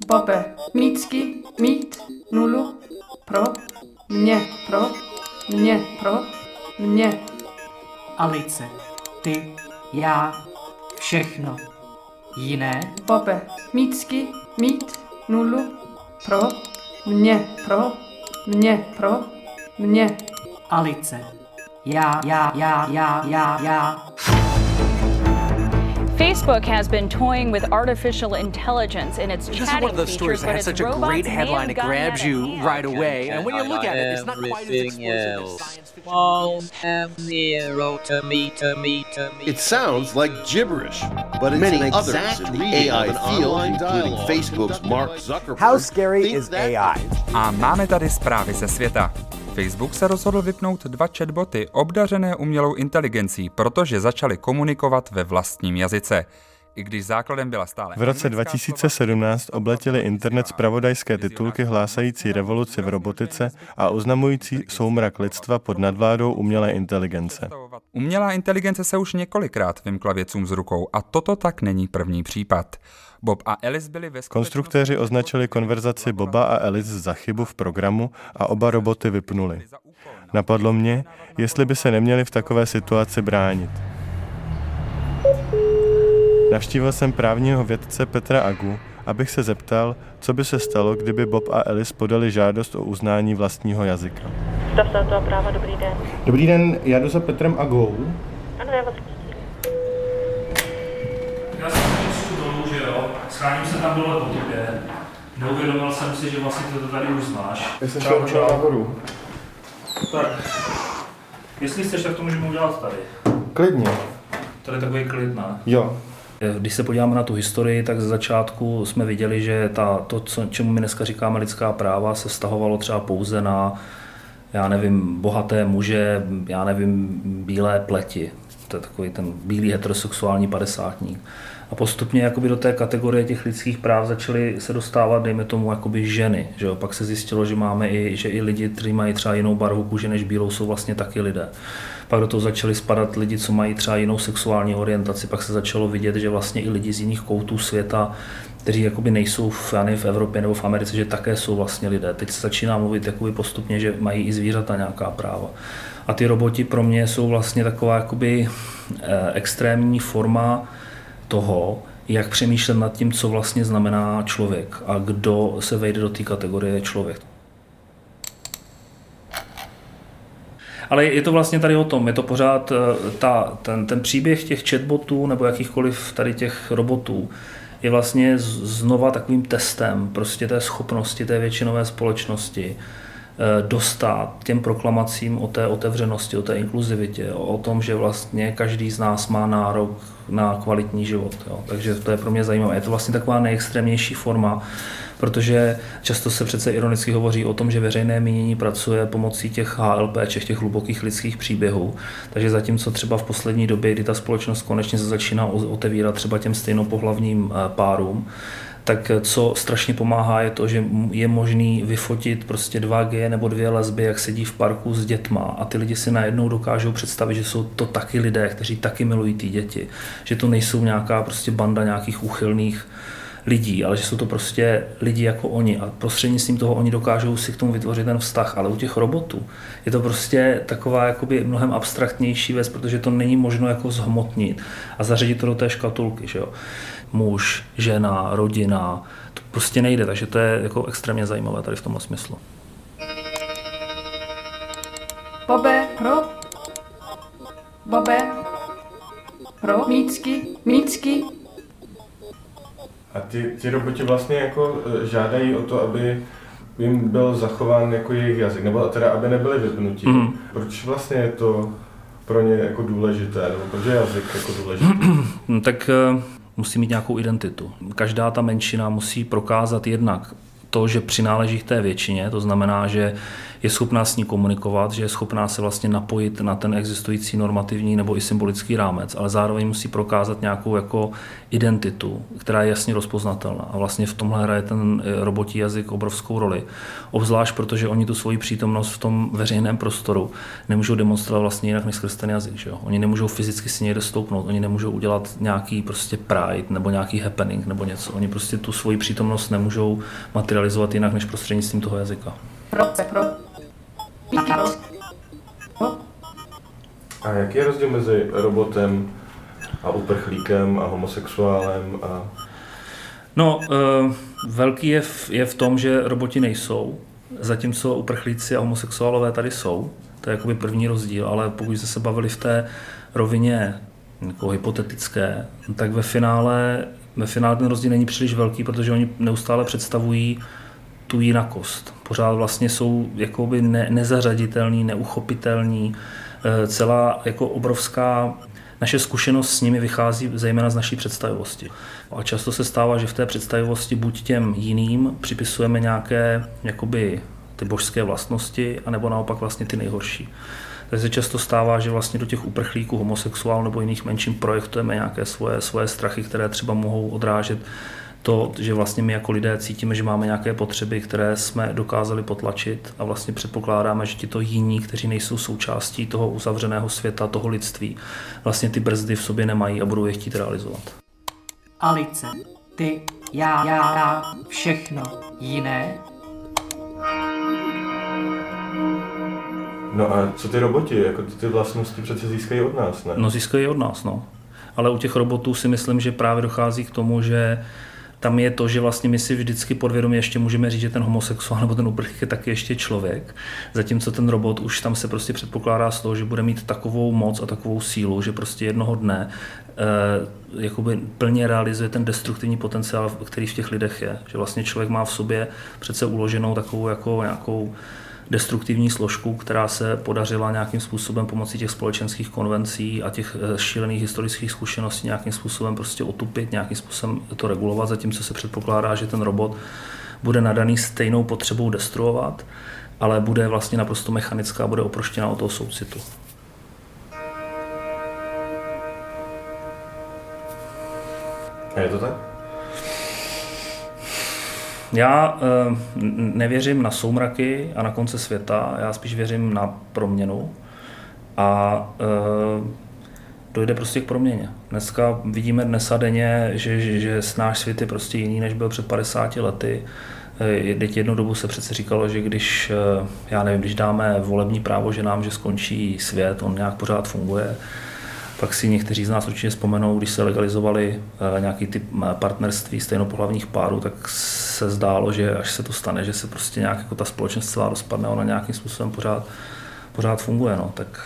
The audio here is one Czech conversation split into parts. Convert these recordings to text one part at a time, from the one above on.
Bobe, mícky, mít, nulu, pro, mě, mě. Alice, ty, já, všechno. Jiné? Bobe, mícky, mít, nulu, pro, mě. Alice, já. Facebook has been toying with artificial intelligence in its chatting This is one of those stories features, that but has its such a great robots may headline, have it gotten grabs out you of hand. right away. And when you look at it, it's not quite as explosive as science fiction. It sounds like gibberish, but it's many others in the AI field, including Facebook's Mark Zuckerberg. How scary is AI? A máme tady zprávy ze světa. Facebook se rozhodl vypnout 2 chatboty obdařené umělou inteligencí, protože začaly komunikovat ve vlastním jazyce. I když základem byla stále... V roce 2017 obletěly internet zpravodajské titulky hlásající revoluci v robotice a oznamující soumrak lidstva pod nadvládou umělé inteligence. Umělá inteligence se už několikrát vymkla vědcům z rukou a toto tak není první případ. Bob a Alice byli ve Konstruktéři označili konverzaci Boba a Alice za chybu v programu a oba roboty vypnuli. Napadlo mě, jestli by se neměli v takové situaci bránit. Navštívil jsem právního vědce Petra Agu, abych se zeptal, co by se stalo, kdyby Bob a Alice podali žádost o uznání vlastního jazyka. Stav toho práva, dobrý den. Dobrý den, já jdu za Petrem Agou. Ano, já vás Já jsem přijdu dolů, že jo, schráním se tam dole po tobě. Neuvědomil jsem si, že vlastně to tady už znáš. Já jsem šel nahoru. Tak, jestli chceš, tak to můžeme udělat tady. Klidně. Tady je takový klid, ne? Jo. Když se podíváme na tu historii, tak ze začátku jsme viděli, že čemu my dneska říkáme lidská práva, se vztahovalo třeba pouze na, já nevím, bohaté muže, já nevím, bílé pleti. To je takový ten bílý heterosexuální padesátník. A postupně jakoby do té kategorie těch lidských práv začaly se dostávat, dejme tomu, jakoby ženy. Že jo? Pak se zjistilo, že máme že i lidi, kteří mají třeba jinou barvu kůže než bílou, jsou vlastně taky lidé. Pak do toho začali spadat lidi, co mají třeba jinou sexuální orientaci. Pak se začalo vidět, že vlastně i lidi z jiných koutů světa, kteří jakoby nejsou v Evropě nebo v Americe, že také jsou vlastně lidé. Teď se začíná mluvit jakoby postupně, že mají i zvířata nějaká práva. A ty roboti pro mě jsou vlastně taková jakoby extrémní forma toho, jak přemýšlet nad tím, co vlastně znamená člověk a kdo se vejde do té kategorie člověk. Ale je to vlastně tady o tom, je to pořád ten příběh těch chatbotů nebo jakýchkoliv tady těch robotů je vlastně znova takovým testem prostě té schopnosti té většinové společnosti dostat těm proklamacím o té otevřenosti, o té inkluzivitě, o tom, že vlastně každý z nás má nárok na kvalitní život. Jo. Takže to je pro mě zajímavé. Je to vlastně taková nejextrémnější forma, protože často se přece ironicky hovoří o tom, že veřejné mínění pracuje pomocí těch HLP, těch hlubokých lidských příběhů. Takže zatímco třeba v poslední době, kdy ta společnost konečně se začíná otevírat třeba těm stejnopohlavním párům, tak co strašně pomáhá je to, že je možný vyfotit prostě 2 gay nebo 2 lesby, jak sedí v parku s dětma a ty lidi si najednou dokážou představit, že jsou to taky lidé, kteří taky milují ty děti, že to nejsou nějaká prostě banda nějakých úchylných lidí, ale že jsou to prostě lidi jako oni a prostřednictvím toho oni dokážou si k tomu vytvořit ten vztah, ale u těch robotů je to prostě taková jakoby mnohem abstraktnější věc, protože to není možno jako zhmotnit a zařadit to do té škatulky, že jo. Muž, žena, rodina, to prostě nejde, takže to je jako extrémně zajímavé tady v tomhle smyslu. Bobe, pro, mícky. A ty roboti vlastně jako žádají o to, aby jim byl zachován jako jejich jazyk, nebo teda aby nebyli vypnutí. Proč vlastně je to pro ně jako důležité, nebo proč je jazyk jako důležitý? Tak musí mít nějakou identitu. Každá ta menšina musí prokázat jednak to, že přináleží k té většině, to znamená, že je schopná s ní komunikovat, že je schopná se vlastně napojit na ten existující normativní nebo i symbolický rámec, ale zároveň musí prokázat nějakou jako identitu, která je jasně rozpoznatelná. A vlastně v tomhle hraje ten robotí jazyk obrovskou roli. Obzvlášť, protože oni tu svoji přítomnost v tom veřejném prostoru nemůžou demonstrovat vlastně jinak než skrz ten jazyk. Že jo? Oni nemůžou fyzicky si někde stoupnout, oni nemůžou udělat nějaký prostě pride nebo nějaký happening nebo něco. Oni prostě tu svoji přítomnost nemůžou materializovat jinak než prostřednictvím toho jazyka. A jaký je rozdíl mezi robotem a uprchlíkem a homosexuálem? No, velký je v tom, že roboti nejsou, zatímco uprchlíci a homosexuálové tady jsou. To je jakoby první rozdíl, ale pokud jste se bavili v té rovině jako hypotetické, tak ve finále ten rozdíl není příliš velký, protože oni neustále představují tu jinakost. Pořád vlastně jsou jakoby nezařaditelní, neuchopitelní. Celá jako obrovská naše zkušenost s nimi vychází zejména z naší představivosti. A často se stává, že v té představivosti buď těm jiným připisujeme nějaké jakoby ty božské vlastnosti, anebo naopak vlastně ty nejhorší. Takže se často stává, že vlastně do těch uprchlíků, homosexuálů nebo jiných menšin projektujeme nějaké svoje strachy, které třeba mohou odrážet to, že vlastně my jako lidé cítíme, že máme nějaké potřeby, které jsme dokázali potlačit a vlastně předpokládáme, že tito jiní, kteří nejsou součástí toho uzavřeného světa, toho lidství, vlastně ty brzdy v sobě nemají a budou je chtít realizovat. Alice, ty, já, všechno, jiné. No a co ty roboti? Jako ty vlastnosti přece získají od nás, ne? No získají od nás, no. Ale u těch robotů si myslím, že právě dochází k tomu, že tam je to, že vlastně my si vždycky podvědomě ještě můžeme říct, že ten homosexuál nebo ten uprchlík je taky ještě člověk, zatímco ten robot už tam se prostě předpokládá z toho, že bude mít takovou moc a takovou sílu, že prostě jednoho dne jakoby plně realizuje ten destruktivní potenciál, který v těch lidech je. Že vlastně člověk má v sobě přece uloženou takovou jako nějakou destruktivní složku, která se podařila nějakým způsobem pomocí těch společenských konvencí a těch šílených historických zkušeností nějakým způsobem prostě otupit, nějakým způsobem to regulovat, zatímco se předpokládá, že ten robot bude nadaný stejnou potřebou destruovat, ale bude vlastně naprosto mechanická, bude oproštěná od toho soucitu. A je to tak? Já nevěřím na soumraky a na konce světa, já spíš věřím na proměnu a dojde prostě k proměně. Dneska vidíme dnes a denně, že náš svět je prostě jiný, než byl před 50 lety. Teď jednu dobu se přece říkalo, že když dáme volební právo ženám, že skončí svět, on nějak pořád funguje. Pak si někteří z nás určitě vzpomenou, když se legalizovali nějaký typ partnerství stejnopohlavních párů, tak se zdálo, že až se to stane, že se prostě nějak jako ta společnost celá rozpadne, ona nějakým způsobem pořád funguje. No. Tak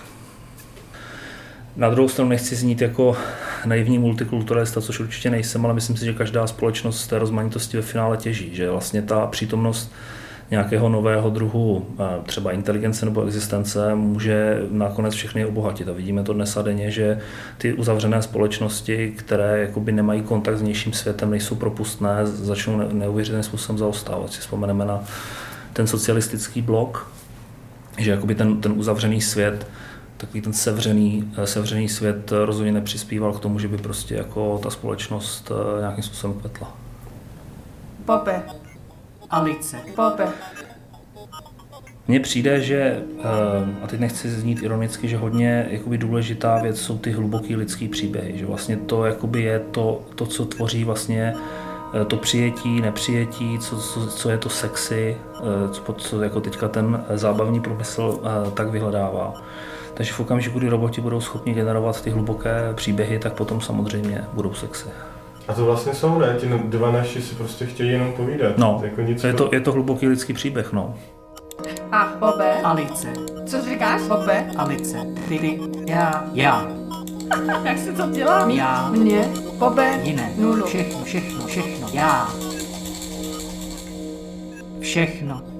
na druhou stranu nechci znít jako naivní multikulturalista, což určitě nejsem, ale myslím si, že každá společnost z té rozmanitosti ve finále těží, že vlastně ta přítomnost nějakého nového druhu, třeba inteligence nebo existence, může nakonec všechny obohatit. A vidíme to dnes a denně, že ty uzavřené společnosti, které jakoby nemají kontakt s vnějším světem, nejsou propustné, začnou neuvěřitelným způsobem zaostávat. Si vzpomeneme na ten socialistický blok, že jakoby ten uzavřený svět, takový ten sevřený svět rozhodně nepřispíval k tomu, že by prostě jako ta společnost nějakým způsobem kvetla. Pope. Alice. Pope. Mně přijde, že, a teď nechci znít ironicky, že hodně jakoby důležitá věc jsou ty hluboký lidský příběhy, že vlastně to jakoby je to, co tvoří vlastně to přijetí, nepřijetí, co je to sexy, co jako teďka ten zábavní průmysl tak vyhledává. Takže v okamžiku, kdy roboti budou schopni generovat ty hluboké příběhy, tak potom samozřejmě budou sexy. A to vlastně jsou, ne? Ti dva naši si prostě chtějí jenom povídat. No, jako je to hluboký lidský příběh, no. A Bobe. Alice. Co říkáš, Bobe? Alice. Ty, já. Jak se to dělá? Já. Mě. Bobe. Jiné. Nulu. Všechno. Já. Všechno.